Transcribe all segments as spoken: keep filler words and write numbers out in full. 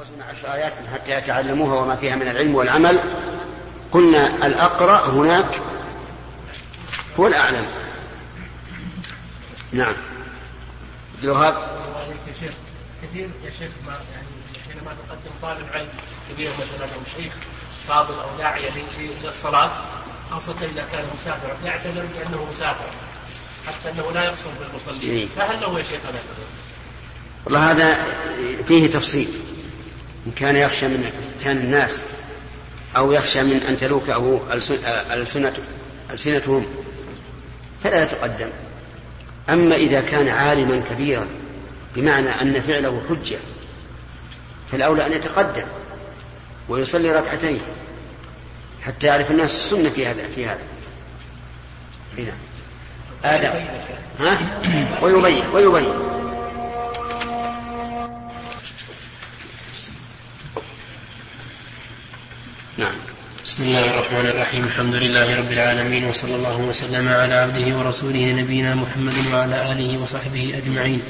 يتجاوزون عشر آيات حتى يتعلموها وما فيها من العلم والعمل، قلنا الأقرأ هناك هو الأعلم. نعم. الوهاب كثير يا شيخ ما يعني حينما تقدم طالب علم كبير مثلا أو شيخ فاضل أو داعية للصلاة، خاصة إذا كان مسافرا، يعتذر بأنه مسافر حتى أنه لا يقصر بالمصلين، فهل له يا شيخ هذا؟ والله هذا فيه تفصيل. إن كان يخشى من فتن الناس أو يخشى من أن تلوكه ألسنتهم فلا يتقدم. أما إذا كان عالما كبيرا بمعنى أن فعله حجة فالأولى أن يتقدم ويصلي ركعتين حتى يعرف الناس السنة في هذا في هذا هنا آدم ها ويبين ويبين نعم. بسم الله الرحمن الرحيم. الحمد لله رب العالمين، وصلى الله وسلم على عبده ورسوله نبينا محمد وعلى آله وصحبه أجمعين.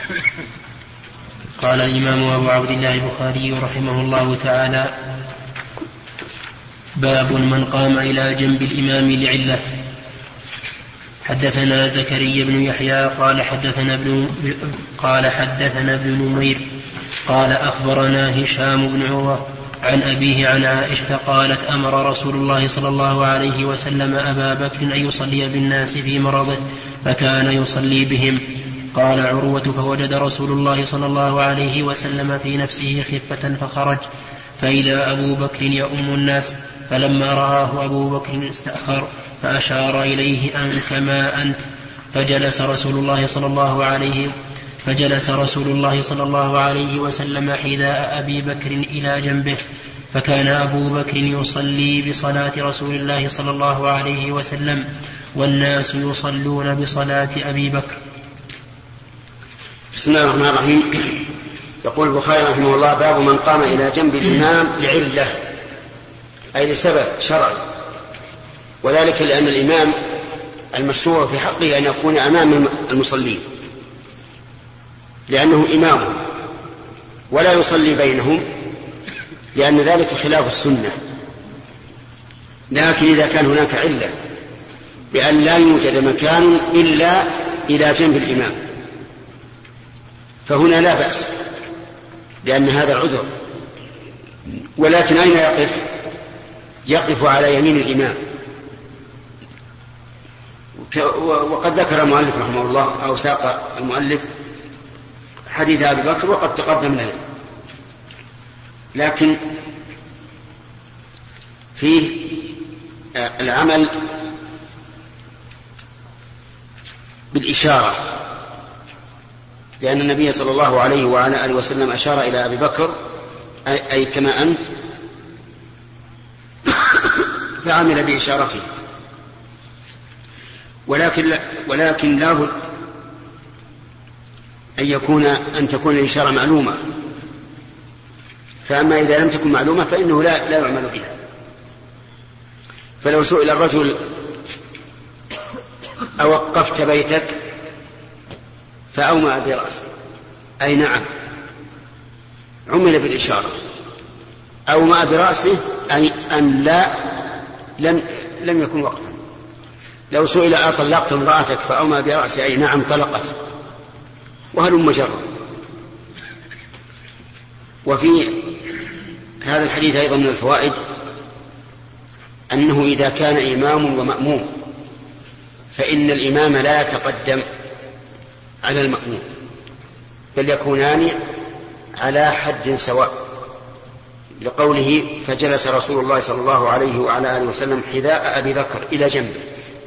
قال الإمام أبو عبد الله البخاري رحمه الله تعالى: باب من قام إلى جنب الإمام لعلة. حدثنا زكريا بن يحيى قال حدثنا ابن قال حدثنا ابن نمير قال أخبرنا هشام بن عروة عن أبيه عن عائشة قالت: أمر رسول الله صلى الله عليه وسلم أبا بكر أن يصلي بالناس في مرضه فكان يصلي بهم. قال عروة: فوجد رسول الله صلى الله عليه وسلم في نفسه خفة فخرج، فإذا أبو بكر يؤم الناس، فلما رآه أبو بكر استأخر فأشار إليه: أن كما أنت. فجلس رسول الله صلى الله عليه فجلس رسول الله صلى الله عليه وسلم حذاء أبي بكر إلى جنبه، فكان أبو بكر يصلي بصلاة رسول الله صلى الله عليه وسلم والناس يصلون بصلاة أبي بكر. بسم الله الرحمن الرحيم. يقول البخاري رحمه الله: باب من قام إلى جنب الإمام لعلة، أي لسبب شرعي، وذلك لأن الإمام المشروع في حقه أن يكون أمام المصلين لأنه إمام ولا يصلي بينهم، لأن ذلك خلاف السنة. لكن إذا كان هناك علة بأن لا يوجد مكان إلا إلى جنب الإمام فهنا لا بأس، لأن هذا عذر. ولكن أين يقف؟ يقف على يمين الإمام. وقد ذكر المؤلف رحمه الله أو ساق المؤلف حديث أبي بكر وقد تقدم لنا، لكن فيه العمل بالإشارة، لأن النبي صلى الله عليه وعلى آله وسلم أشار إلى أبي بكر أي, أي كما أنت، فعمل بإشارته. ولكن ولكن لابد أن يكون أن تكون الإشارة معلومة، فأما إذا لم تكن معلومة فإنه لا لا يعمل بها. فلو سئل الرجل: أوقفت بيتك؟ فأومأ برأسه أي نعم، عمل بالإشارة. أومأ برأسه أي أن لا لم لم يكن وقفا. لو سئل: أطلقت امرأتك؟ فأومأ برأسه أي نعم طلقت، وهلم جرا. وفي هذا الحديث أيضا من الفوائد أنه إذا كان إمام ومأموم فإن الإمام لا يتقدم على المأموم، بل يكونان على حد سواء، لقوله: فجلس رسول الله صلى الله عليه وعلى آله وسلم حذاء أبي بكر إلى جنبه،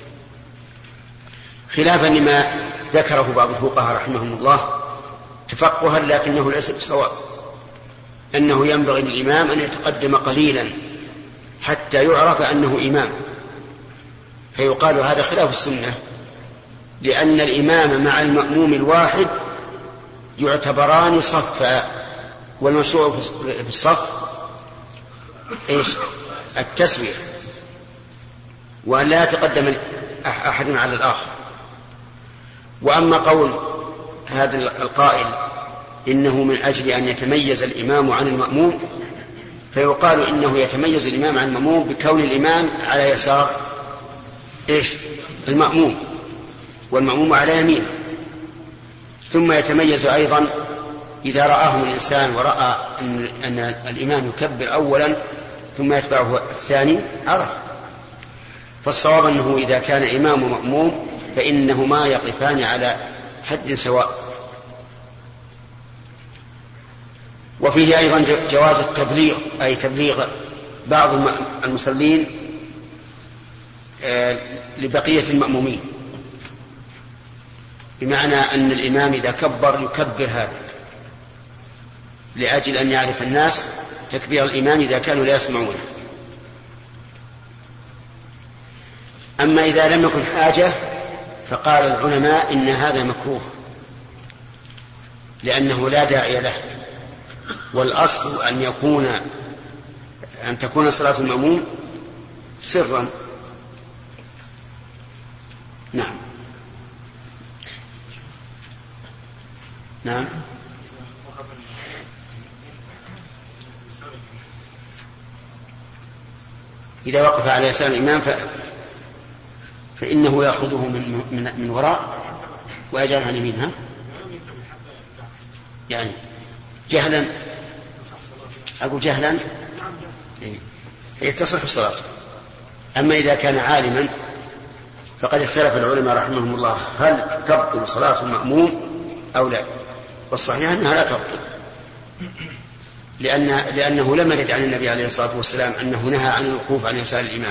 خلافا لما ذكره بعض الفقهاء رحمهم الله تفقها، لكنه ليس بصواب، أنه ينبغي للإمام أن يتقدم قليلا حتى يعرف أنه إمام، فيقال هذا خلاف السنة، لأن الإمام مع المأموم الواحد يعتبران صفا، والمشروع في الصف إيش؟ التسوية، وأن لا يتقدم أحد على الآخر. وأما قول هذا القائل إنه من أجل أن يتميز الإمام عن المأموم، فيقال إنه يتميز الإمام عن المأموم بكون الإمام على يسار إيش المأموم والمأموم على يمينه. ثم يتميز أيضا إذا رآه الإنسان ورأى أن, أن الإمام يكبر أولا ثم يتبعه الثاني عرف. فالصواب أنه إذا كان إمام ومأموم فإنهما يقفان على حد سواء. وفيه أيضا جواز التبليغ، أي تبليغ بعض المصلين لبقية المأمومين، بمعنى أن الإمام إذا كبر يكبر هذا لأجل أن يعرف الناس تكبير الإمام إذا كانوا لا يسمعونه. أما إذا لم يكن حاجة فقال العلماء إن هذا مكروه لأنه لا داعي له، والأصل أن يكون أن تكون صلاة المأموم سرا. نعم نعم إذا وقف على يسار الإمام ف... فإنه يأخذه من, من, من وراء ويجعل عن يمينها، يعني جهلا، أقول جهلا يتصح صلاته. أما إذا كان عالما فقد اختلف العلماء رحمهم الله هل تبطل صلاة المأموم أو لا، والصحيح أنها لا تبطل، لأن لأنه لم يرد عن النبي عليه الصلاة والسلام أنه نهى عن الوقوف عن يسار الإمام،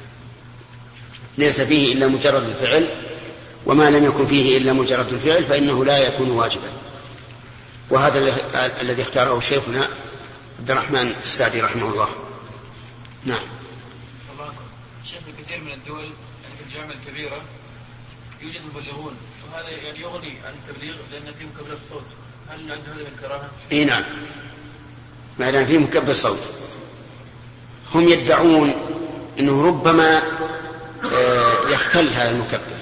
ليس فيه إلا مجرد الفعل، وما لم يكن فيه إلا مجرد الفعل فإنه لا يكون واجبا. وهذا الذي اختاره شيخنا عبد الرحمن السعدي رحمه الله. نعم. شيخ كثير من الدول يعني في الجامعة الكبيرة يوجد مبلغون، وهذا يعني يغني عن التبليغ لأن فيه مكبر صوت، هل عنده هذا من الكراهة؟ إيه نعم، ما دام فيه مكبر صوت. هم يدعون أنه ربما يختل هذا المكبر،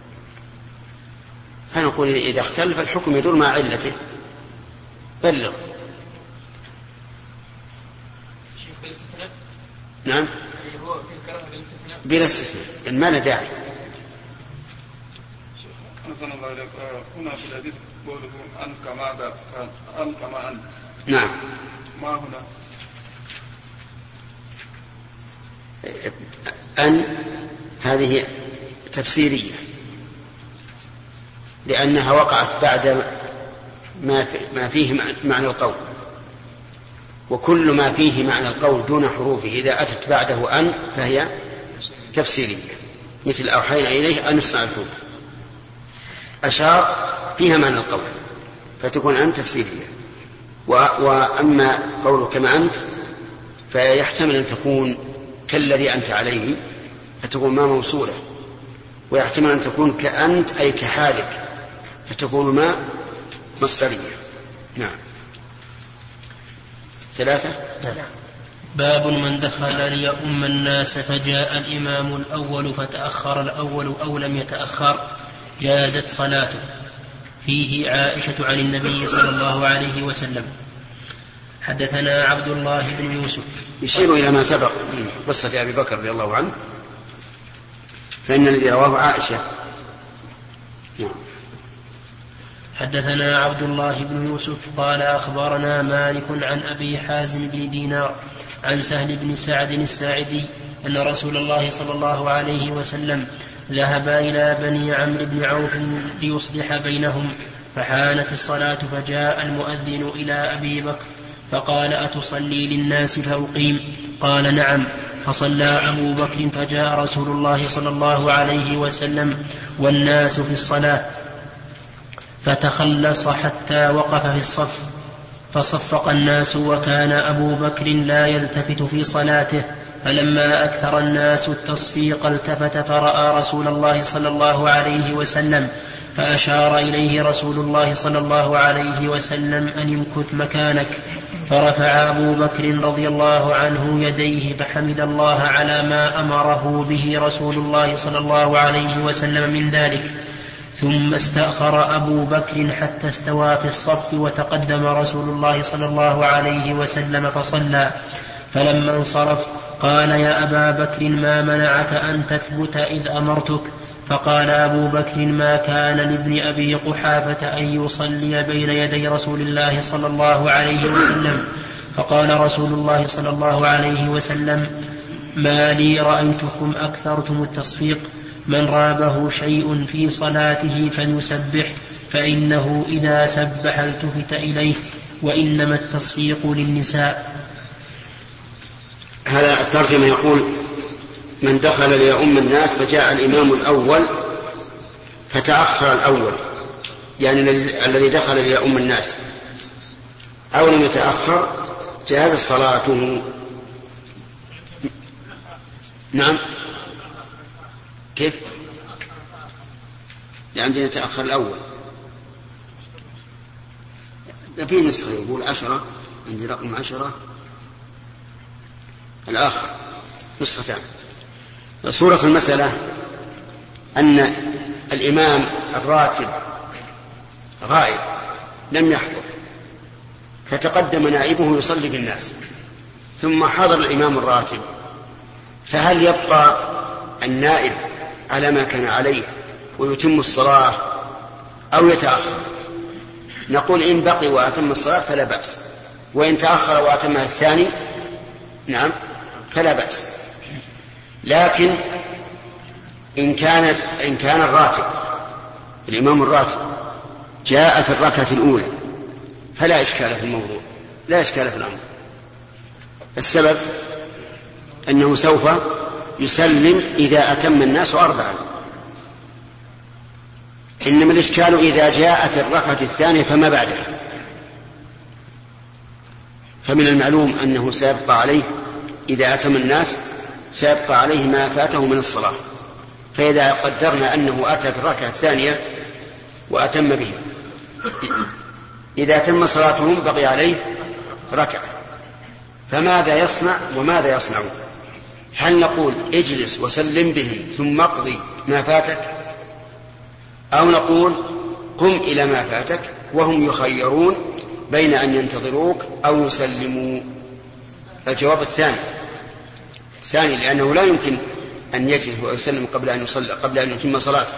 فنقول إذا اختل فالحكم يدور مع علته، بلغ. شيخ بالاستثناء؟ نعم هو في الكراهة بالاستثناء؟ بلا استثناء، يعني ما له داعي. أحسن الله إليك. هنا في الحديث قوله أن كما أن كما أنت. نعم. ما هنا؟ أن هذه تفسيرية لأنها وقعت بعد ما فيه معنى القول، وكل ما فيه معنى القول دون حروفه إذا أتت بعده أن فهي تفسيرية، مثل أوحينا إليه أن اصنع الفلك، أشار فيها معنى القول فتكون أن تفسيرية. وأما قوله كما أنت فيحتمل أن تكون كالذي أنت عليه فتكون ما موصولة، ويحتمل أن تكون كأنت أي كحالك فتكون ما مصدرية. نعم. ثلاثة. باب من دخل ليؤم الناس فجاء الإمام الأول فتأخر الأول أو لم يتأخر جازت صلاته. فيه عائشة عن النبي صلى الله عليه وسلم. حدثنا عبد الله بن يوسف. يشير إلى ما سبق من قصة أبي بكر رضي الله عنه، فإن الذي رواه عائشة. نعم. حدثنا عبد الله بن يوسف قال أخبرنا مالك عن أبي حازم بن دينار عن سهل بن سعد الساعدي أن رسول الله صلى الله عليه وسلم ذهب إلى بني عمرو بن عوف ليصلح بينهم، فحانت الصلاة فجاء المؤذن إلى أبي بكر فقال أتصلي للناس فأقيم؟ قال نعم. فصلى أبو بكر فجاء رسول الله صلى الله عليه وسلم والناس في الصلاة فتخلص حتى وقف في الصف فصفق الناس، وكان أبو بكر لا يلتفت في صلاته، فلما أكثر الناس التصفيق التفت فرأى رسول الله صلى الله عليه وسلم فأشار إليه رسول الله صلى الله عليه وسلم أن يمكث مكانك، فرفع أبو بكر رضي الله عنه يديه فحمد الله على ما أمره به رسول الله صلى الله عليه وسلم من ذلك، ثم استأخر أبو بكر حتى استوى في الصف وتقدم رسول الله صلى الله عليه وسلم فصلى. فلما انصرف قال يا أبا بكر ما منعك أن تثبت إذ أمرتك؟ فقال أبو بكر ما كان لابن أبي قحافة أن يصلي بين يدي رسول الله صلى الله عليه وسلم. فقال رسول الله صلى الله عليه وسلم ما لي رأيتكم أكثرتم التصفيق، من رابه شيء في صلاته فليسبح فإنه إذا سبح التفت إليه وإنما التصفيق للنساء. هذا الترجمة يقول من دخل ليؤم الناس فجاء الإمام الأول فتأخر الأول، يعني الذي دخل ليؤم الناس أو لم يتأخر جاز صلاته. نعم كيف؟ عندنا يتأخر الأول في نسخة يقول عشرة، عندي رقم عشرة الآخر نسختان. صورة المسألة أن الإمام الراتب غائب لم يحضر فتقدم نائبه يصلي بالناس ثم حضر الإمام الراتب، فهل يبقى النائب على ما كان عليه ويتم الصلاة أو يتأخر؟ نقول إن بقي وأتم الصلاة فلا بأس، وإن تأخر وأتمها الثاني نعم فلا بأس. لكن إن كانت إن كان الراتب الإمام الراتب جاء في الركعة الأولى فلا إشكال في الموضوع، لا إشكال في الأمر. السبب أنه سوف يسلم إذا أتم الناس أربعا، إنما الإشكال إذا جاء في الركعة الثانية فما بعدها، فمن المعلوم أنه سيبقى عليه إذا أتم الناس سيبقى عليه ما فاته من الصلاة. فإذا قدرنا أنه أتى في الركعة الثانية وأتم به، إذا تم صلاتهم بقي عليه ركعة، فماذا يصنع وماذا يصنعون؟ هل نقول اجلس وسلم بهم ثم اقضي ما فاتك، أو نقول قم إلى ما فاتك وهم يخيرون بين أن ينتظروك أو يسلموا؟ الجواب الثاني الثاني لأنه لا يمكن أن يجلس ويسلم قبل أن يصلي قبل أن يتم صلاته.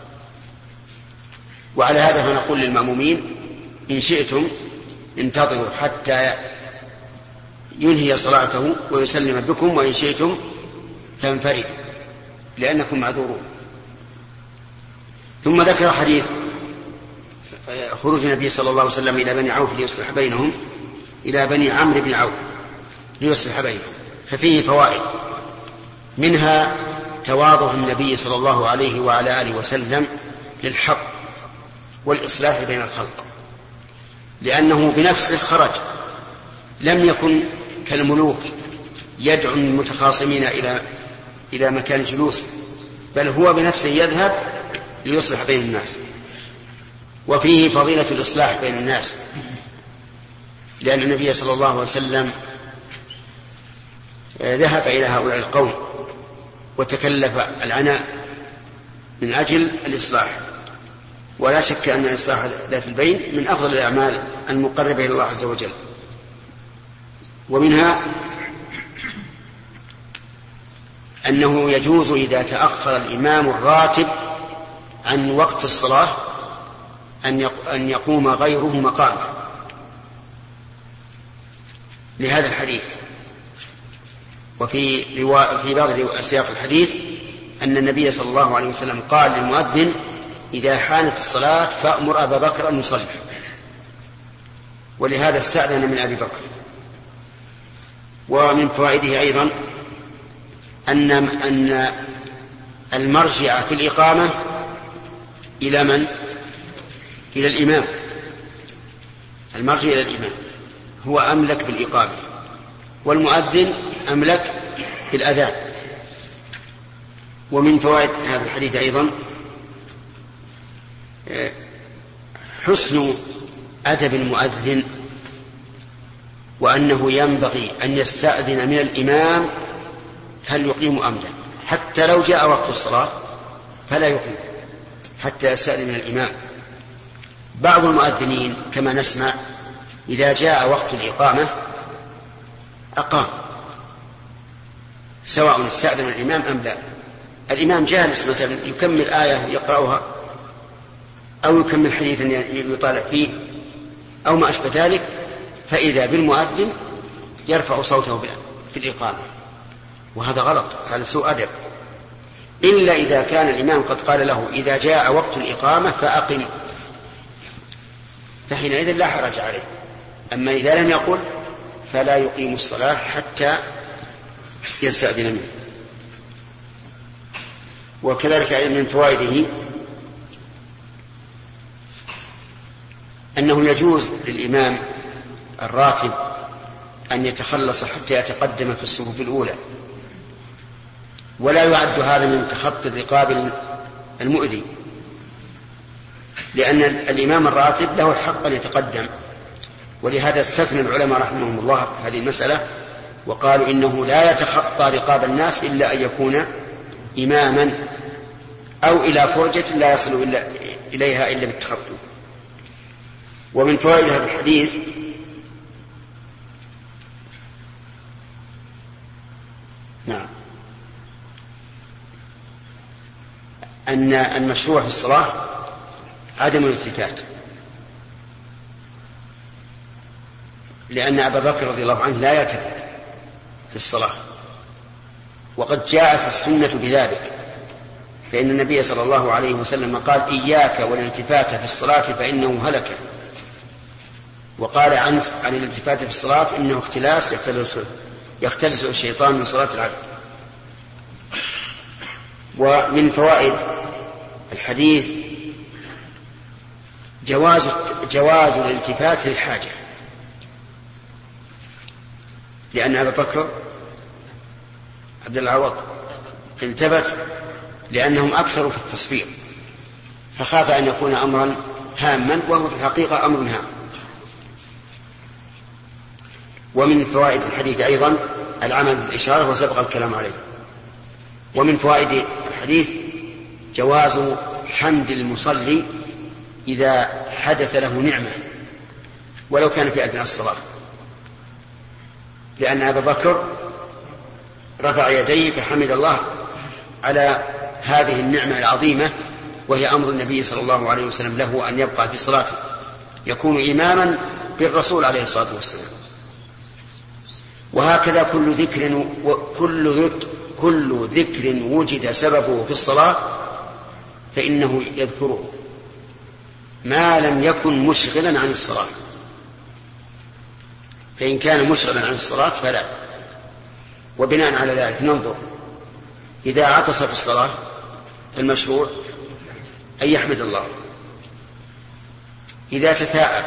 وعلى هذا فنقول للمأمومين إن شئتم انتظروا حتى ينهي صلاته ويسلم بكم، وإن شئتم فانفردوا لأنكم معذورون. ثم ذكر حديث خروج النبي صلى الله عليه وسلم إلى بني عوف ليصلح بينهم إلى بني عمرو بن عوف ليصلح بينهم، ففيه فوائد، منها تواضع النبي صلى الله عليه وعلى آله وسلم للحق والإصلاح بين الخلق، لأنه بنفسه خرج، لم يكن كالملوك يدعو المتخاصمين إلى إلى مكان جلوس، بل هو بنفسه يذهب ليصلح بين الناس. وفيه فضيلة الإصلاح بين الناس، لأن النبي صلى الله عليه وسلم ذهب إلى هؤلاء القوم وتكلف العناء من أجل الإصلاح. ولا شك أن إصلاح ذات البين من أفضل الأعمال المقربة إلى الله عز وجل. ومنها أنه يجوز إذا تأخر الإمام الراتب عن وقت الصلاة أن يقوم غيره مقامه، لهذا الحديث. وفي في بعض أسياق الحديث أن النبي صلى الله عليه وسلم قال للمؤذن إذا حانت الصلاة فأمر أبا بكر أن يصلي، ولهذا استأذن من أبي بكر. ومن فوائده أيضا أن أن المرجع في الإقامة إلى من؟ إلى الإمام. المرجع إلى الإمام هو أملك بالإقامة، والمؤذن أملك بالأذان. ومن فوائد هذا الحديث أيضا حسن أدب المؤذن، وأنه ينبغي أن يستأذن من الإمام هل يقيم أم لا، حتى لو جاء وقت الصلاة فلا يقيم، حتى يستأذن من الإمام. بعض المؤذنين كما نسمع إذا جاء وقت الإقامة أقام، سواء استأذن الإمام أم لا. الإمام جالس مثلا يكمل آية يقرأها أو يكمل حديثا يطالع فيه أو ما أشبه ذلك، فإذا بالمؤذن يرفع صوته في الإقامة، وهذا غلط، هذا سوء أدب، إلا إذا كان الإمام قد قال له إذا جاء وقت الإقامة فأقم، فحينئذ لا حرج عليه. أما إذا لم يقل فلا يقيم الصلاة حتى يستأذن منه. وكذلك من فوائده أنه يجوز للإمام الراتب أن يتخلص حتى يتقدم في الصفوف الأولى، ولا يعد هذا من تخطي الرقاب المؤذي، لأن الإمام الراتب له الحق أن يتقدم، ولهذا استثنى العلماء رحمهم الله هذه المسألة وقالوا إنه لا يتخطى رقاب الناس إلا أن يكون إماما أو إلى فرجة لا يصل إلا إليها إلا بالتخطي. ومن فوائد هذا الحديث نعم أن المشروع في الصلاة عدم الالتفات، لأن أبا بكر رضي الله عنه لا يلتفت في الصلاة، وقد جاءت السنة بذلك، فإن النبي صلى الله عليه وسلم قال إياك والالتفات في الصلاة فإنه هلك، وقال عن عن الالتفات في الصلاة إنه اختلاس يختلس, يختلس الشيطان من صلاة العبد. ومن فوائد الحديث جواز جواز الالتفات للحاجة، لأن أبا بكر عبد العوض التفت لأنهم أكثروا في التصفير، فخاف أن يكون أمرا هاما، وهو في الحقيقة أمر هام. ومن فوائد الحديث أيضا العمل بالإشارة وسبق الكلام عليه. ومن فوائد الحديث جواز حمد المصلي إذا حدث له نعمة ولو كان في أثناء الصلاة، لأن أبا بكر رفع يديه فحمد الله على هذه النعمة العظيمة، وهي أمر النبي صلى الله عليه وسلم له أن يبقى في صلاته، يكون إماما بالرسول عليه الصلاة والسلام. وهكذا كل ذكر وكل كل ذكر وجد سببه في الصلاة فإنه يذكره ما لم يكن مشغلا عن الصلاة، فإن كان مشغلا عن الصلاة فلا. وبناء على ذلك ننظر إذا عطس في الصلاة فالمشروع أن يحمد الله، إذا تثاءب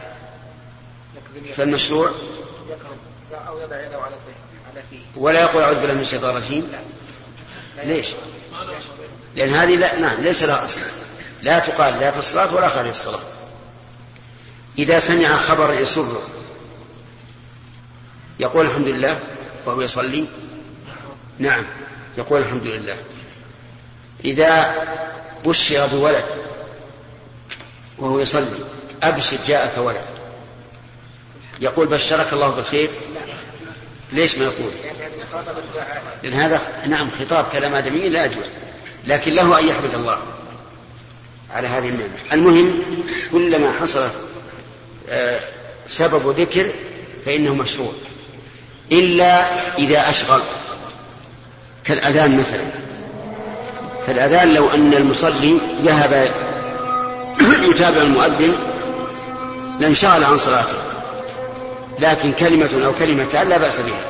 فالمشروع أو يضع يده على فيه ولا يقول أعوذ بالله من الشيطان الرجيم. ليش؟ لأن هذه لا نعم ليس لها أصل، لا تقال لا في الصلاة ولا خارج الصلاة. إذا سمع خبر يسره يقول الحمد لله وهو يصلي، نعم يقول الحمد لله. إذا بشر بولد وهو يصلي أبشر جاءك ولد، يقول بشرك الله بالخير؟ ليش ما يقول؟ لأن هذا نعم خطاب كلام آدمي لا يجوز، لكن له أن يحمد الله على هذه النعمة. المهم كلما حصلت سبب ذكر فإنه مشروع، إلا إذا أشغل كالأذان مثلا. فالأذان لو أن المصلي ذهب يتابع المؤذن لانشغل عن صلاته، لكن كلمة أو كلمتان لا بأس بها.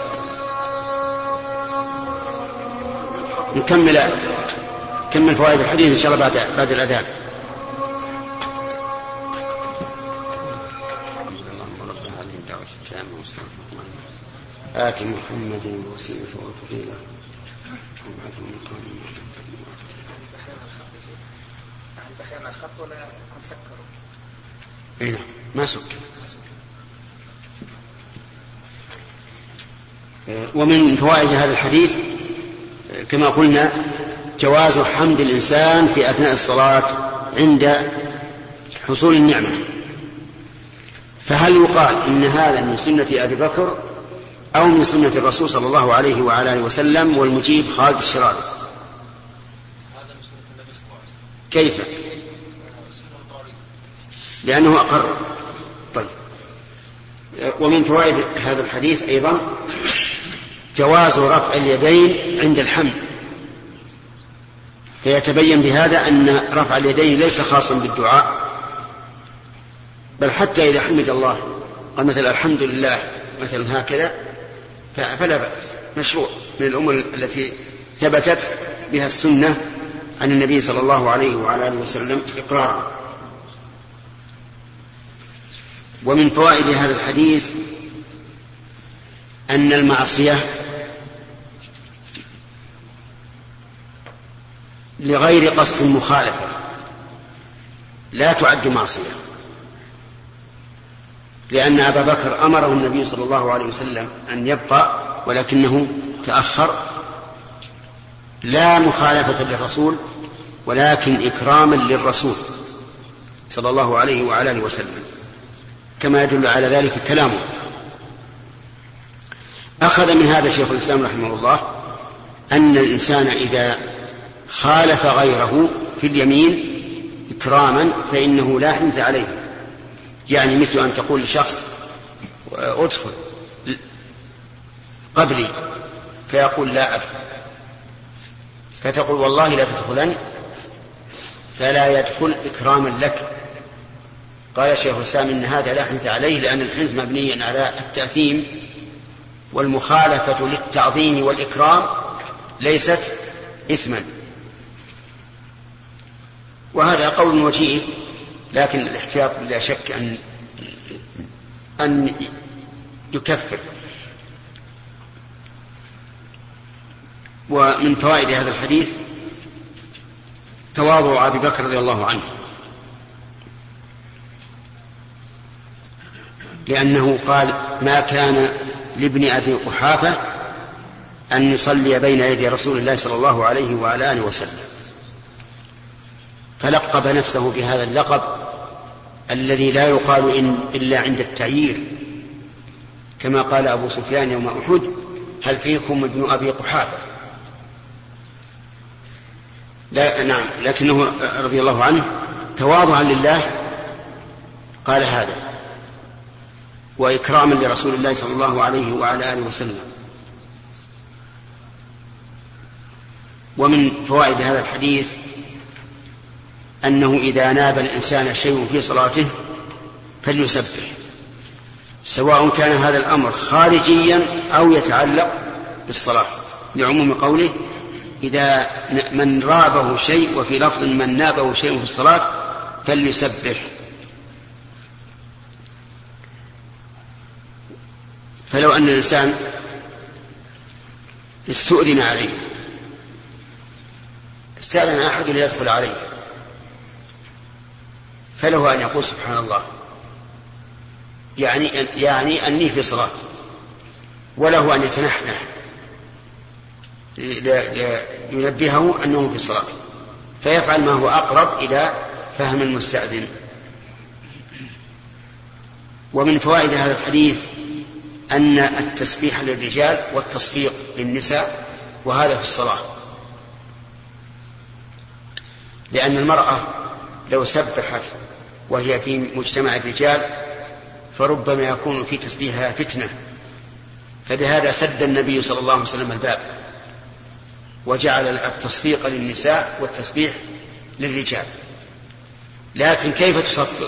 نكمل كمل فوائد الحديث إن شاء الله بعد بعد الأذان. آت محمد الوسيلة والفضيلة إيه ما سكر. ومن فوائد هذا الحديث كما قلنا جواز حمد الإنسان في أثناء الصلاة عند حصول النعمة. فهل يقال إن هذا من سنة أبي بكر أو من سنة الرسول صلى الله عليه وعلى آله وسلم؟ والمجيب خالد الشراري. كيف؟ لأنه أقر. طيب. ومن فوائد هذا الحديث أيضا جواز رفع اليدين عند الحمد، فيتبين بهذا أن رفع اليدين ليس خاصا بالدعاء، بل حتى إذا حمد الله قال مثلا الحمد لله مثلا هكذا فلا بأس، مشروع، من الأمور التي ثبتت بها السنة عن النبي صلى الله عليه وعلى آله وسلم إقرارا. ومن فوائد هذا الحديث أن المعصية لغير قصد مخالفة لا تعد معصية، لأن أبا بكر أمره النبي صلى الله عليه وسلم أن يبقى ولكنه تأخر، لا مخالفة للرسول ولكن إكراما للرسول صلى الله عليه وعلى آله وسلم، كما يدل على ذلك كلامه. أخذ من هذا شيخ الإسلام رحمه الله أن الإنسان إذا خالف غيره في اليمين إكراما فإنه لا حنث عليه، يعني مثل أن تقول لشخص أدخل قبلي فيقول لا أدخل، فتقول والله لا تدخلن، فلا يدخل إكراما لك. قال شيخ الإسلام إن هذا لا حنث عليه، لأن الحنث مبني على التأثيم، والمخالفة للتعظيم والإكرام ليست إثما. وهذا قول وجيه، لكن الاحتياط لا شك أن أن يكفر. ومن فوائد هذا الحديث تواضع أبي بكر رضي الله عنه، لأنه قال ما كان لابن أبي قحافة أن يصلي بين يدي رسول الله صلى الله عليه وعلى آله وسلم، فلقب نفسه بهذا اللقب الذي لا يقال إن إلا عند التعيير، كما قال أبو سفيان يوم أحد هل فيكم ابن أبي قحافة؟ لا نعم، لكنه رضي الله عنه تواضعا لله قال هذا، وإكراما لرسول الله صلى الله عليه وعلى آله وسلم. ومن فوائد هذا الحديث أنه إذا ناب الإنسان شيء في صلاته فليسبح، سواء كان هذا الأمر خارجيا أو يتعلق بالصلاة، لعموم قوله إذا من رابه شيء، وفي لفظ من نابه شيء في الصلاة فليسبح. فلو أن الإنسان استؤذن عليه، استأذن أحد ليدخل عليه، فله أن يقول سبحان الله، يعني, يعني أني في صلاة، وله أن يتنحنح لينبهه أنه في صلاة، فيفعل ما هو أقرب إلى فهم المستأذن. ومن فوائد هذا الحديث أن التسبيح للرجال والتصفيق للنساء، وهذا في الصلاة، لأن المرأة لو سبحت وهي في مجتمع الرجال فربما يكون في تسبيحها فتنة، فلهذا سد النبي صلى الله عليه وسلم الباب وجعل التصفيق للنساء والتسبيح للرجال. لكن كيف تصفق؟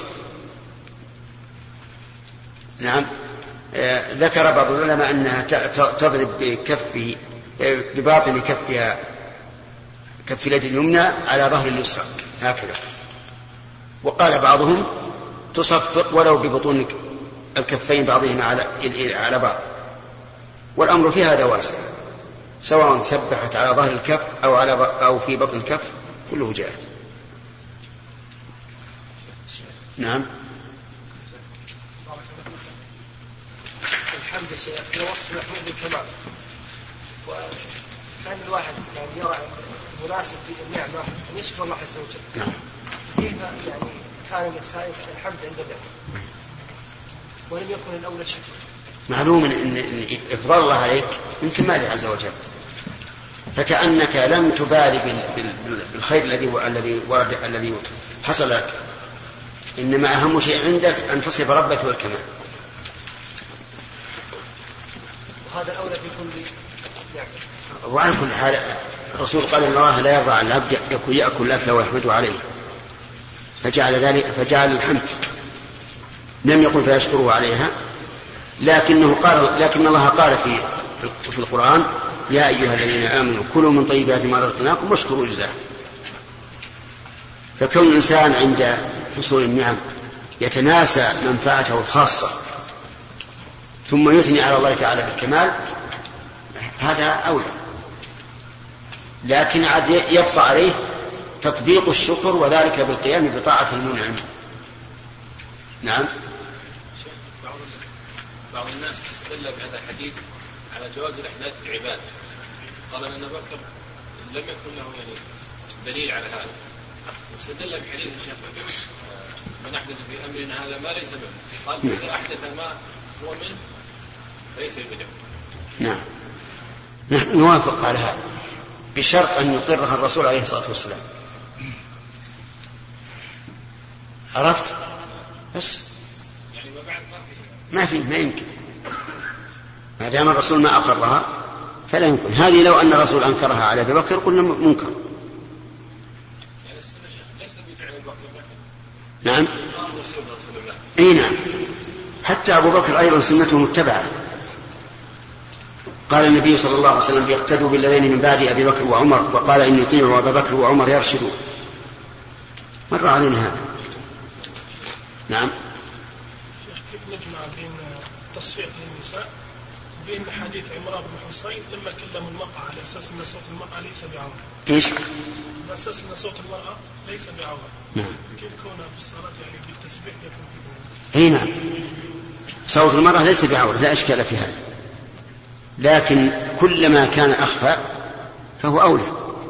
نعم، آه ذكر بعض العلماء أنها تضرب بكفه بباطن كفها كف اليد اليمنى على ظهر اليسرى هكذا، وقال بعضهم تصفق ولو ببطون الكفين بعضهما على على بعض، والأمر في هذا واسع، سواء سبحت على ظهر الكف أو على أو في بطن الكف كله جائز. نعم. الحمد لله في وصف محمود بالكمال، وكان الواحد يعني يرى مناسب في النعمة أن يشكر الله عز وجل. نعم. كيف يعني كان السائل الحمد عند الله ولم يكن الأولى الشكر؟ معلوم أن إفضال الله عليك من كماله عز وجل، فكأنك لم تبالي بالخير الذي الذي ورد الذي حصل لك، إنما أهم شيء عندك أن تصف ربك والكمال. وهذا الأولى في كل نعمة. وعلى كل حال الرسول قال إن الله لا يرضى عن العبد يأكل الأكل ويحمده عليه، فجعل ذلك فجعل الحمد، لم يقل فيشكره عليها، لكنه قال لكن الله قال في في القرآن يا أيها الذين آمنوا كلوا من طيبات ما رزقناكم واشكروا لله. فكون الإنسان عند حصول النعم يتناسى منفعته الخاصة ثم يثني على الله تعالى بالكمال هذا أولى، لكن عاد يبقى عليه تطبيق الشكر وذلك بالقيام بطاعة المنعم. نعم. بعض الناس استدل بهذا الحديث على جواز الإحداث في العبادة، قال أن أبا بكر لم يكن له يعني دليل على هذا، واستدل بحديث الشيخ من أحدث في أمرنا هذا ما ليس منه، قال إذا أحدث ما هو منه فليس ببدع. نعم نحن نوافق على هذا بشرط أن يقرها الرسول عليه الصلاة والسلام. عرفت؟ بس يعني ما بعد ما في ما يمكن، ما دام الرسول ما أقرها فلا يمكن. هذه لو أن الرسول أنكرها على أبي بكر قلنا منكر. نعم اي نعم، حتى أبو بكر أيضا سنته متبعة. قال النبي صلى الله عليه وسلم يقتدوا بالذين من بعد أبي بكر وعمر، وقال إن يطيعوا أبا بكر وعمر يرشدوا. مر علينا هذا. نعم. كيف نجمع بين تصفيق للنساء وبين حديث عمران بن حصين لما كلم المرأة على أساس أن صوت المرأة ليس بعورة؟ ايش؟ على أساس أن صوت المرأة ليس بعورة. نعم. كيف كونها في الصلاة يعني بالتسبيح يكون في اي نعم، صوت المرأة ليس بعورة لا إشكال في هذا، لكن كلما كان أخفى فهو أولى،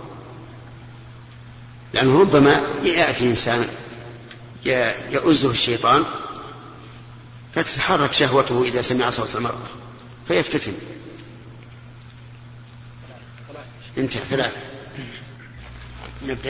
لأنه ربما يأتي إنسان يؤزه الشيطان فتتحرك شهوته إذا سمع صوت المرأة فيفتتن. انتهى. ثلاثة. نبدأ.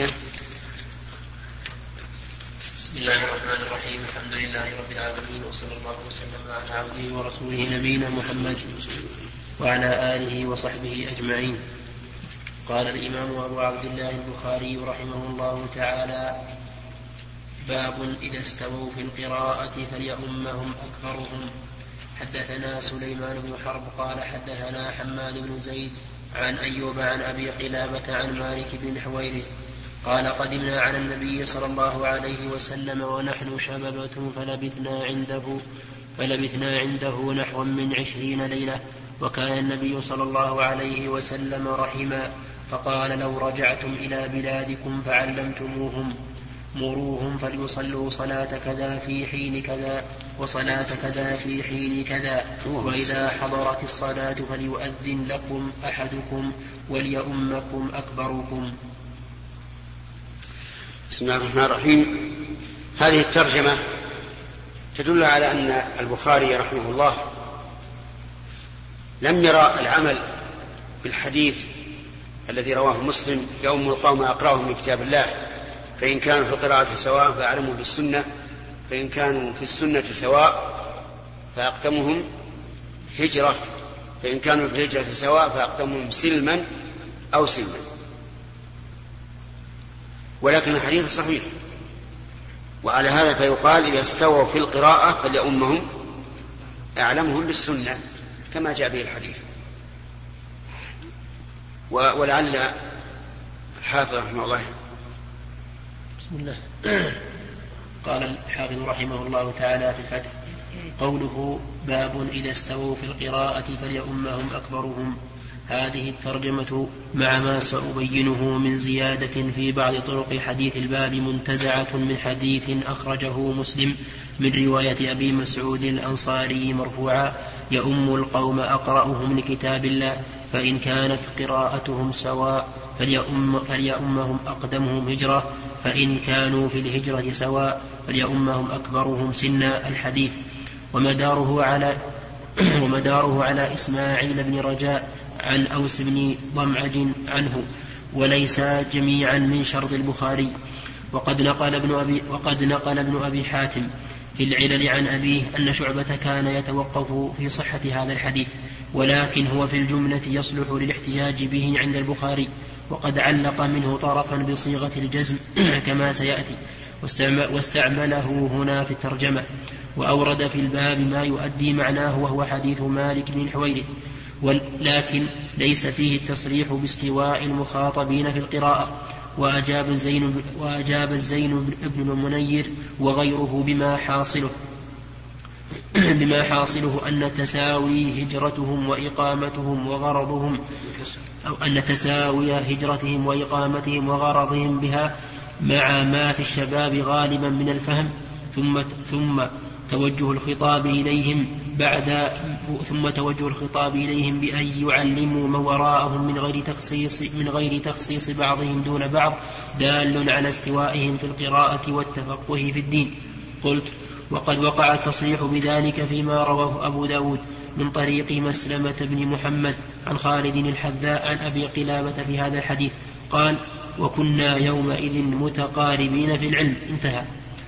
بسم الله الرحمن الرحيم. الحمد لله رب العالمين، وصلى الله وسلم على عبده ورسوله نبينا محمد وعلى آله وصحبه أجمعين. قال الإمام أبو عبد الله البخاري رحمه الله تعالى: باب إذا استووا في القراءة فليؤمهم أكبرهم. حدثنا سليمان بن حرب قال حدثنا حماد بن زيد عن أيوب عن أبي قلابة عن مالك بن حويرث قال قدمنا على النبي صلى الله عليه وسلم ونحن شببة فلبثنا عنده فلبثنا عنده نحو من عشرين ليلة، وكان النبي صلى الله عليه وسلم رحما، فقال: لو رجعتم إلى بلادكم فعلمتموهم مروهم فليصلوا صلاة كذا في حين كذا وصلاة كذا في حين كذا، وإذا حضرت الصلاة فليؤذن لكم أحدكم وليؤمكم أكبركم. بسم الله الرحمن الرحيم. هذه الترجمة تدل على أن البخاري رحمه الله لم يرى العمل بالحديث الذي رواه مسلم: يؤم القوم أقرأهم لكتاب الله، فإن كانوا في القراءة سواء فأعلموا بالسنة، فإن كانوا في السنة سواء فأقدمهم هجرة، فإن كانوا في الهجرة سواء فأقدمهم سلما أو سلما. ولكن الحديث صحيح، وعلى هذا فيقال: إذا استووا في القراءة فليؤمهم أعلمهم بالسنة، كما جاء به الحديث. ولعل الحافظ رحمه الله. بسم الله. قال الحافظ رحمه الله تعالى في الفتح: قوله باب إذا استووا في القراءة فليؤمهم أكبرهم، هذه الترجمة مع ما سأبينه من زيادة في بعض طرق حديث الباب منتزعة من حديث أخرجه مسلم من رواية أبي مسعود الأنصاري مرفوعا: يؤم القوم أقرأهم لكتاب الله، فإن كانت قراءتهم سواء فليؤم فليؤمهم أقدمهم هجرة، فإن كانوا في الهجرة سواء فليؤمهم أكبرهم سنا. الحديث ومداره على ومداره على إسماعيل بن رجاء عن أوس بن ضمعج عنه، وليس جميعا من شرط البخاري. وقد نقل ابن أبي, وقد نقل ابن أبي حاتم في العلل عن أبيه أن شعبة كان يتوقف في صحة هذا الحديث، ولكن هو في الجملة يصلح للاحتجاج به عند البخاري، وقد علق منه طرفا بصيغة الجزم كما سيأتي، واستعمله هنا في الترجمة، وأورد في الباب ما يؤدي معناه وهو حديث مالك بن الحويرث، ولكن ليس فيه التصريح باستواء المخاطبين في القراءة. وأجاب الزين, وأجاب الزين بن المنير وغيره بما حاصله بما حاصله أن تساوي هجرتهم وإقامتهم وغرضهم أو أن تساوي هجرتهم وإقامتهم وغرضهم بها مع ما في الشباب غالبا من الفهم، ثم ثم توجه الخطاب إليهم بعد ثم توجه الخطاب إليهم بأن يعلموا من وراءهم من غير تخصيص من غير تخصيص بعضهم دون بعض دال على استوائهم في القراءة والتفقه في الدين. قلت: وقد وقع التصريح بذلك فيما رواه أبو داود من طريق مسلمة بن محمد عن خالد الحذاء عن أبي قلابة في هذا الحديث، قال: وكنا يومئذ متقاربين في العلم. انتهى.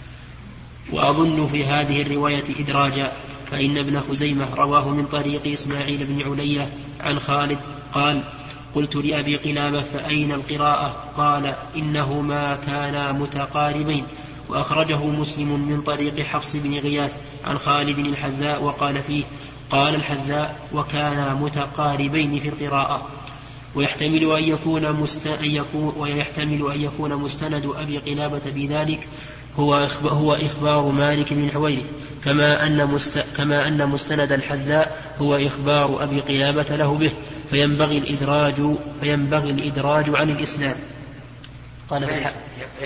وأظن في هذه الرواية إدراجا، فإن ابن خزيمة رواه من طريق إسماعيل بن علية عن خالد قال: قلت لأبي قلابة: فأين القراءة؟ قال: إنهما كانا متقاربين. وأخرجه مسلم من طريق حفص بن غياث عن خالد الحذاء وقال فيه: قال الحذاء: وكانا متقاربين في القراءة. ويحتمل أن يكون, مست... أن يكون... ويحتمل أن يكون مستند أبي قلابة بذلك هو هو إخبار مالك بن الحويرث، كما أن مست... كما أن مستند الحذاء هو إخبار أبي قلابة له به، فينبغي الإدراج فينبغي الإدراج عن الإسناد. قال في الح...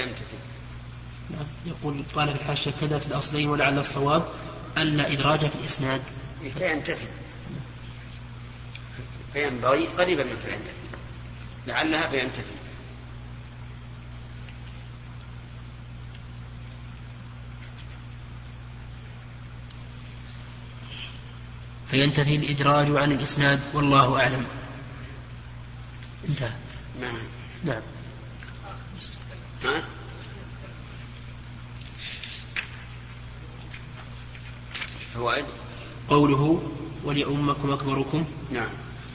يقول قال في الحاشية كذا في الأصلين، ولعل الصواب أن إدراج في الإسناد فينتفي فينبغي قريبا من فينتفي لعلها فينتفي. فينتفي الإدراج عن الإسناد، والله أعلم. انتهى. نعم. نعم. ها؟ فوائد قوله: وليؤمكم أكبركم. نعم.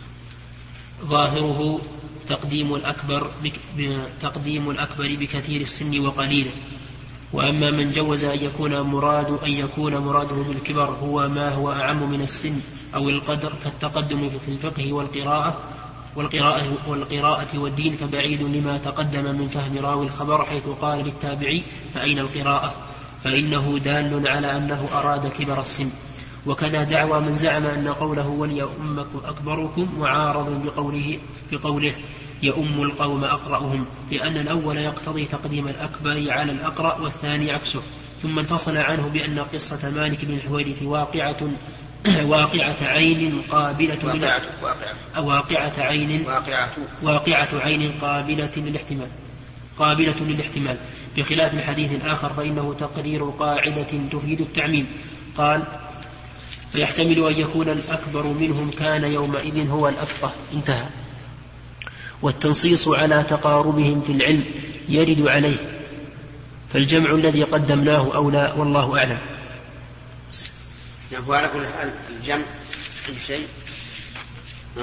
ظاهره تقديم الأكبر تقديم الأكبر بكثير السن وقليله. وأما من جوز أن يكون مراد أن يكون مراده بالكبر هو ما هو أعم من السن أو القدر كالتقدم في الفقه والقراءة والقراءة والقراءة والدين، فبعيد لما تقدم من فهم راوي الخبر، حيث قال للتابعي: فأين القراءة؟ فإنه دال على أنه أراد كبر السن. وكذا دعوى من زعم أن قوله وليؤمكم أكبركم معارض بقوله, بقوله يؤم القوم أقرأهم، لأن الأول يقتضي تقديم الأكبر على الأقرأ والثاني عكسه. ثم انفصل عنه بأن قصة مالك بن الحويرث واقعة واقعة عين قابلة واقعة, واقعة عين واقعة, واقعة عين قابلة للاحتمال قابلة للاحتمال بخلاف الحديث الآخر فإنه تقرير قاعدة تفيد التعميم. قال: فيحتمل أن يكون الأكبر منهم كان يومئذ هو الأفقه. انتهى. والتنصيص على تقاربهم في العلم يرد عليه، فالجمع الذي قدمناه أولى، والله أعلم. يعني هو على كل حال الجمع عند شيء. آه.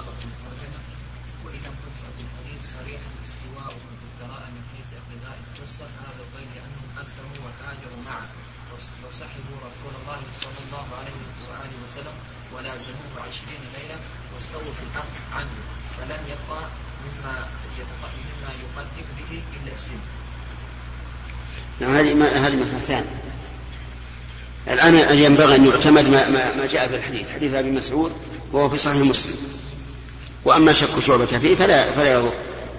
وإذا كنت الحديث صريحا استواءهم في القراءة من حيث اقتضاء القصة، هذا غير أنهم أسلموا وهاجروا معه وصحبوا رسول الله صلى الله عليه وآله وسلم ولازموه عشرين ليلة واستووا في الأرض عنه، فلم يبقى مما مما يقدم به إلا السن. نعم. هذه هذه مسألة ثانية. الآن ينبغي أن يعتمد ما, ما, ما جاء في الحديث، حديث أبي مسعود وهو في صحيح مسلم. وأما شك شعبة فيه فلا, فلا يضر.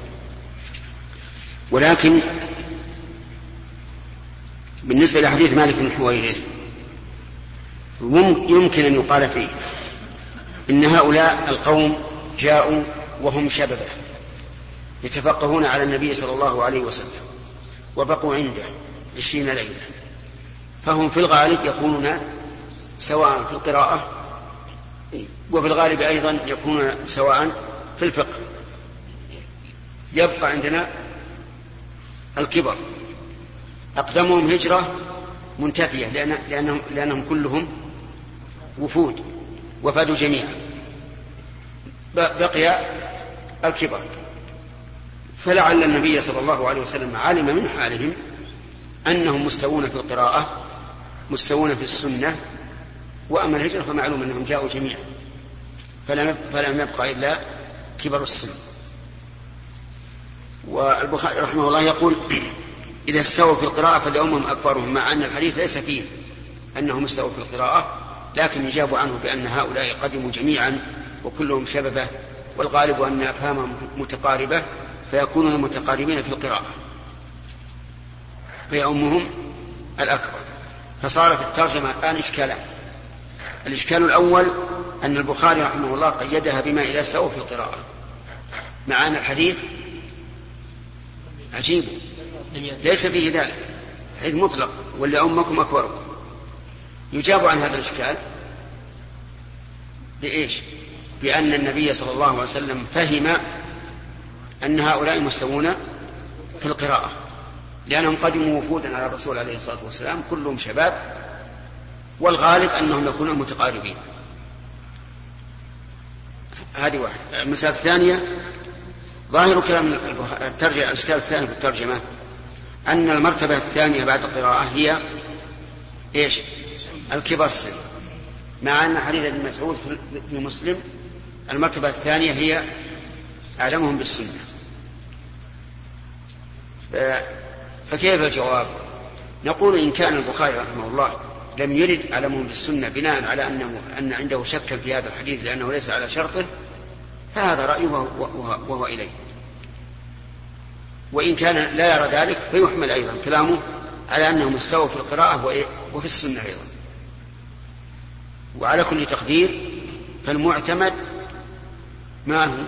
ولكن بالنسبة لحديث مالك بن الحويرث يمكن أن يقال فيه إن هؤلاء القوم جاءوا وهم شببة يتفقهون على النبي صلى الله عليه وسلم وبقوا عنده عشرين ليلة، فهم في الغالب يكونون سواء في القراءة وفي الغالب أيضا يكونون سواء في الفقه. يبقى عندنا الكبر، أقدمهم هجرة منتفية لأن لأنهم, لأنهم كلهم وفود وفادوا جميعا، بقي الكبر. فلعل النبي صلى الله عليه وسلم علم من حالهم أنهم مستوون في القراءة مستوون في السنة، وأما الهجرة فمعلوم أنهم جاءوا جميعا، فلم يبقى إلا كبر السن. والبخاري رحمه الله يقول إذا استووا في القراءة فليؤمهم أكبرهم، مع أن الحديث ليس فيه أنهم استووا في القراءة، لكن يجاب عنه بأن هؤلاء قدموا جميعا وكلهم شببه، والغالب أن أفهامهم متقاربة فيكونون متقاربين في القراءة فيؤمهم الأكبر. فصار في الترجمة الآن إشكالان. الإشكال الأول أن البخاري رحمه الله قيدها بما إذا استووا في القراءة، مع أن الحديث عجيب ليس فيه ذلك، حيث مطلق واللي أمكم أكبركم. يجاب عن هذا الإشكال بإيش؟ بأن النبي صلى الله عليه وسلم فهم أن هؤلاء مستوون في القراءة، لأنهم قدموا وفودا على الرسول عليه الصلاة والسلام كلهم شباب، والغالب أنهم يكونون متقاربين. هذه واحدة. المسألة الثانية ظاهر كلام الترجمة، الإشكال الثاني في الترجمة أن المرتبة الثانية بعد القراءة هي إيش؟ الكبر السن، مع أن حديث ابن مسعود في مسلم المرتبة الثانية هي أعلمهم بالسنة. فكيف الجواب؟ نقول إن كان البخاري رحمه الله لم يرد أعلمهم بالسنة بناء على أنه أن عنده شك في هذا الحديث لأنه ليس على شرطه، فهذا رأيه وهو, وهو إليه. وإن كان لا يرى ذلك فيحمل أيضا كلامه على أنهم استووا في القراءة وفي السنة أيضا. وعلى كل تقدير فالمعتمد ما هو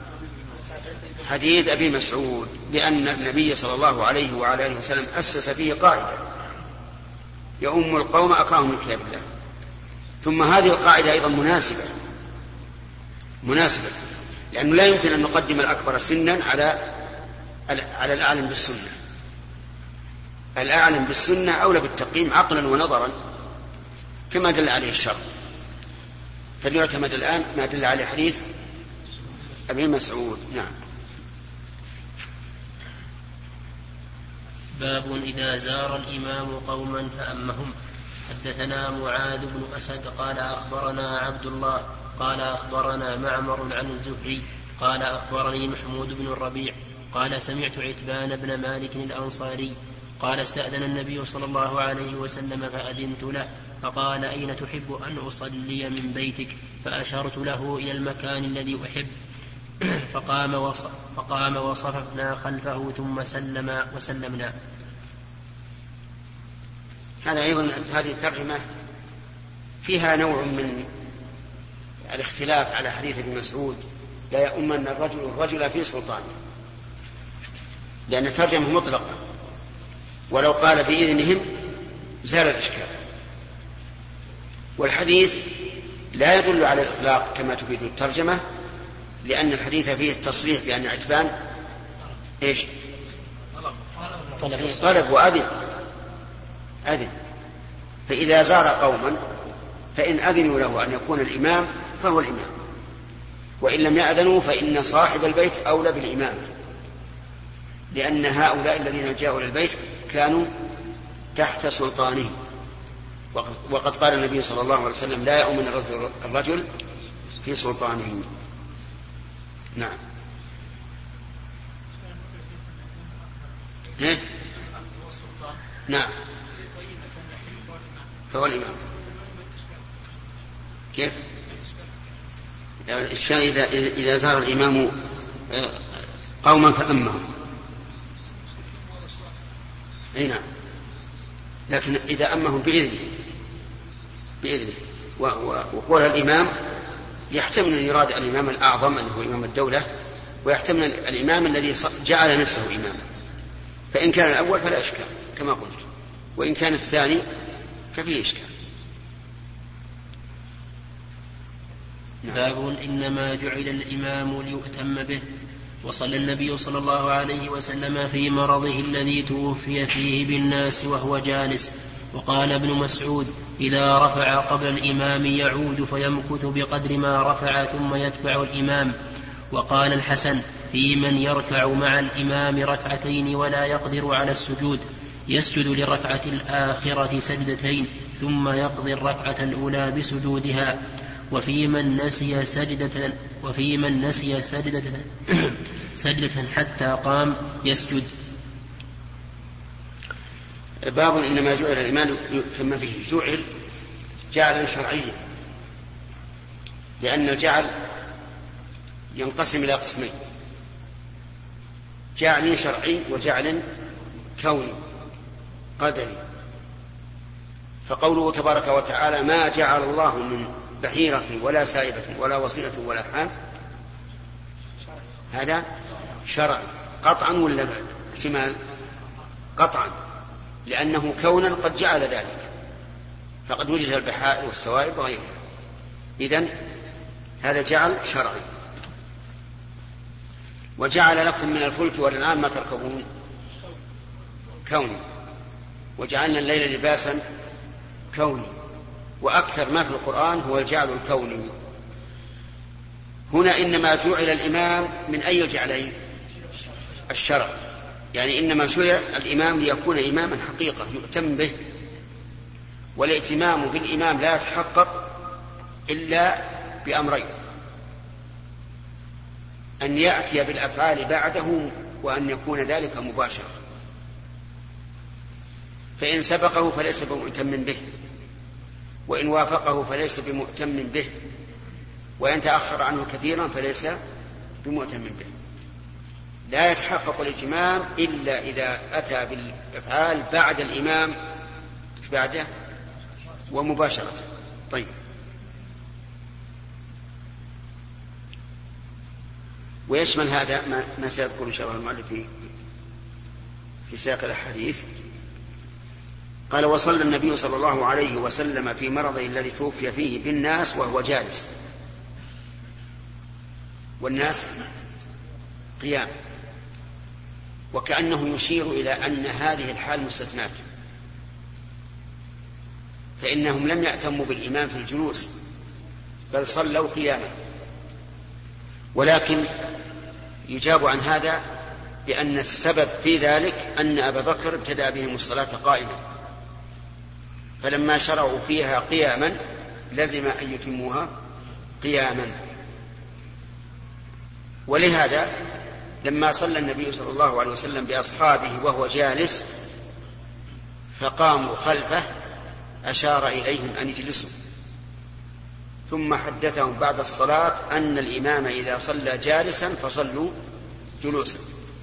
حديث أبي مسعود، لأن النبي صلى الله عليه وعلى آله وسلم أسس فيه قاعدة يؤم القوم أقراهم من كتاب الله. ثم هذه القاعدة أيضا مناسبة مناسبة لأنه لا يمكن أن نقدم الأكبر سنا على على الأعلم بالسنة. الأعلم بالسنة أولى بالتقييم عقلا ونظرا كما دل عليه الشرع. فليعتمد الآن ما دل عليه حديث أبي مسعود. نعم. باب إذا زار الإمام قوما فأمهم. حدثنا معاذ بن أسد قال أخبرنا عبد الله قال أخبرنا معمر عن الزهري قال أخبرني محمود بن الربيع قال سمعت عتبان بن مالك الأنصاري قال استأذن النبي صلى الله عليه وسلم فأذنت له فقال أين تحب أن أصلي من بيتك؟ فأشرت له إلى المكان الذي أحب فقام, وصف فقام وصففنا خلفه ثم سلم وسلمنا. هذا أيضا هذه الترجمة فيها نوع من الاختلاف على حديث ابن مسعود لا يؤمن الرجل الرجل في سلطانه، لأن الترجمة مطلقة، ولو قال بإذنهم زال الإشكال. والحديث لا يدل على الإطلاق كما تفيد الترجمة، لأن الحديث فيه التصريح بأن عتبان إيش؟ طلب وأذن أذن. فإذا زار قوما فإن أذنوا له أن يكون الإمام فهو الإمام، وإن لم يأذنوا فإن صاحب البيت أولى بالإمامة، لأن هؤلاء الذين جاءوا للبيت كانوا تحت سلطانه. وقد قال النبي صلى الله عليه وسلم لا يؤمن الرجل في سلطانه. نعم. نعم فهو الإمام. كيف؟ الإشكال إذا, إذا زار الإمام قوما فأمهم. أي نعم، لكن إذا أمهم بإذنه بإذنه وقول الإمام يحتمل أن يراد الإمام الأعظم أنه إمام الدولة ويحتمل الإمام الذي جعل نفسه إماما، فإن كان الأول فلا إشكال كما قلت، وإن كان الثاني ففيه إشكال. باب إنما جعل الإمام ليؤتم به. وصلى النبي صلى الله عليه وسلم في مرضه الذي توفي فيه بالناس وهو جالس. وقال ابن مسعود: إذا رفع قبل الإمام يعود فيمكث بقدر ما رفع ثم يتبع الإمام. وقال الحسن: في من يركع مع الإمام ركعتين ولا يقدر على السجود يسجد للركعة الآخرة سجدتين ثم يقضي الركعة الأولى بسجودها. وفي من نسي سجدة وفي من نسي سجدة سجدة حتى قام يسجد. باب إنما جعل الإمام يؤتم به. جعل جعلا شرعيا، لأن الجعل ينقسم إلى قسمين: جعل شرعي وجعل كوني قدري. فقوله تبارك وتعالى: ما جعل الله من بحيرة ولا سائبة ولا وصيلة ولا حام، هذا شرع قطعا ولا احتمال؟ قطعا، لأنه كونا قد جعل ذلك، فقد وجد البحائر والسوائب وغيرها. إذن هذا جعل شرعي. وجعل لكم من الفلك والأنعام ما تركبون كوني. وجعلنا الليل لباسا كوني. وأكثر ما في القرآن هو الجعل الكوني. هنا إنما جعل الإمام من أي الجعلين؟ الشرع، يعني إنما شرع الإمام ليكون إماما حقيقة يؤتم به. والائتمام بالإمام لا يتحقق إلا بأمرين: أن يأتي بالأفعال بعده، وأن يكون ذلك مباشرة. فإن سبقه فليس بمؤتم به، وإن وافقه فليس بمؤتم به، وإن تأخر عنه كثيرا فليس بمؤتم به. لا يتحقق الائتمام إلا إذا أتى بالأفعال بعد الإمام بعده ومباشرة. طيب، ويشمل هذا ما سيذكر إن شاء الله المؤلف في في سياق الحديث. قال: وصلى النبي صلى الله عليه وسلم في مرضه الذي توفي فيه بالناس وهو جالس. والناس قيام، وكأنه يشير إلى أن هذه الحال مستثنات، فإنهم لم يأتموا بالإمام في الجلوس بل صلوا قياما. ولكن يجاب عن هذا بأن السبب في ذلك أن أبا بكر ابتدأ بهم الصلاة قائما، فلما شرعوا فيها قياما لزم أن يتموها قياما. ولهذا لما صلى النبي صلى الله عليه وسلم بأصحابه وهو جالس فقاموا خلفه أشار إليهم أن يجلسوا، ثم حدثهم بعد الصلاة أن الإمام إذا صلى جالسا فصلوا جلوسا.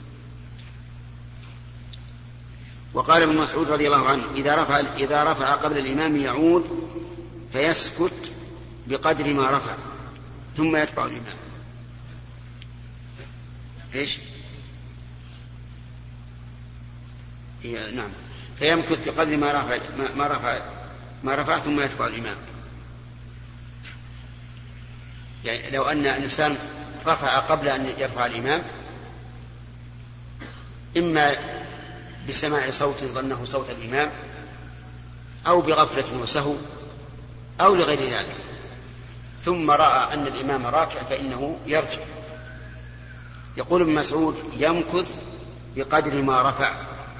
وقال ابن مسعود رضي الله عنه: إذا رفع, إذا رفع قبل الإمام يعود فيسكت بقدر ما رفع ثم يتبع الإمام. إيش؟ هي نعم، فيمكث بقدر ما رفع ما رفع ما رفع ثم يتبع الإمام. يعني لو أن الإنسان رفع قبل أن يرفع الإمام، إما بسماع صوت ظنه صوت الإمام، أو بغفلة وسهو، أو لغير ذلك، ثم رأى أن الإمام راكع فإنه يرجع. يقول ابن مسعود: يمكث بقدر ما رفع،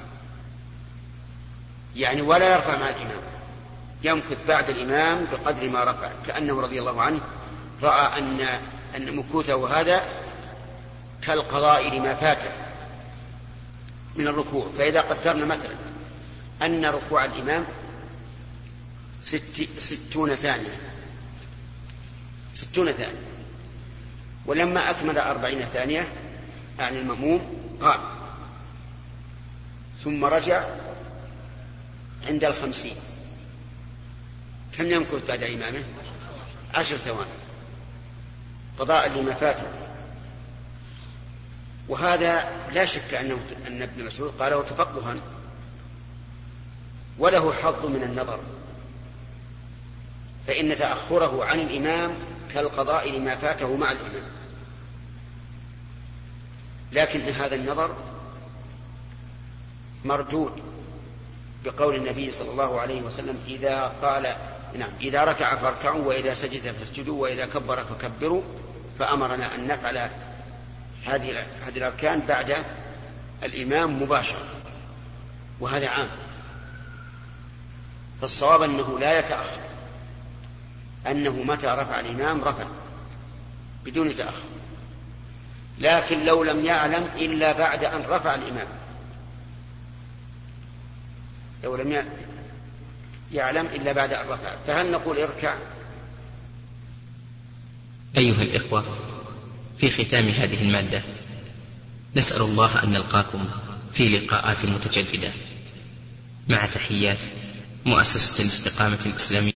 يعني ولا يرفع مع الإمام، يمكث بعد الإمام بقدر ما رفع، كأنه رضي الله عنه رأى أن أن مكوثه هذا كالقضاء لما فاته من الركوع. فإذا قدرنا مثلا أن ركوع الإمام ست ستون ثانية ستون ثانية ولما أكمل أربعين ثانية يعني المأموم قام، ثم رجع عند الخمسين، كم يمكث بعد إمامه؟ عشر ثواني قضاء لما فاته. وهذا لا شك أنه أن ابن مسعود قاله تفقها، وله حظ من النظر، فإن تأخره عن الإمام كالقضاء لما فاته مع الإمام. لكن هذا النظر مردود بقول النبي صلى الله عليه وسلم إذا قال نعم إذا ركع فاركعوا وإذا سجد فاسجدوا وإذا كبر فكبروا، فأمرنا أن نفعل هذه هذه الأركان بعد الإمام مباشرة، وهذا عام. فالصواب أنه لا يتأخر، أنه متى رفع الإمام رفع بدون تأخر. لكن لو لم يعلم إلا بعد أن رفع الإمام، لو لم يعلم إلا بعد أن رفع، فهل نقول اركع؟ أيها الإخوة، في ختام هذه المادة نسأل الله أن نلقاكم في لقاءات متجددة، مع تحيات مؤسسة الاستقامة الإسلامية.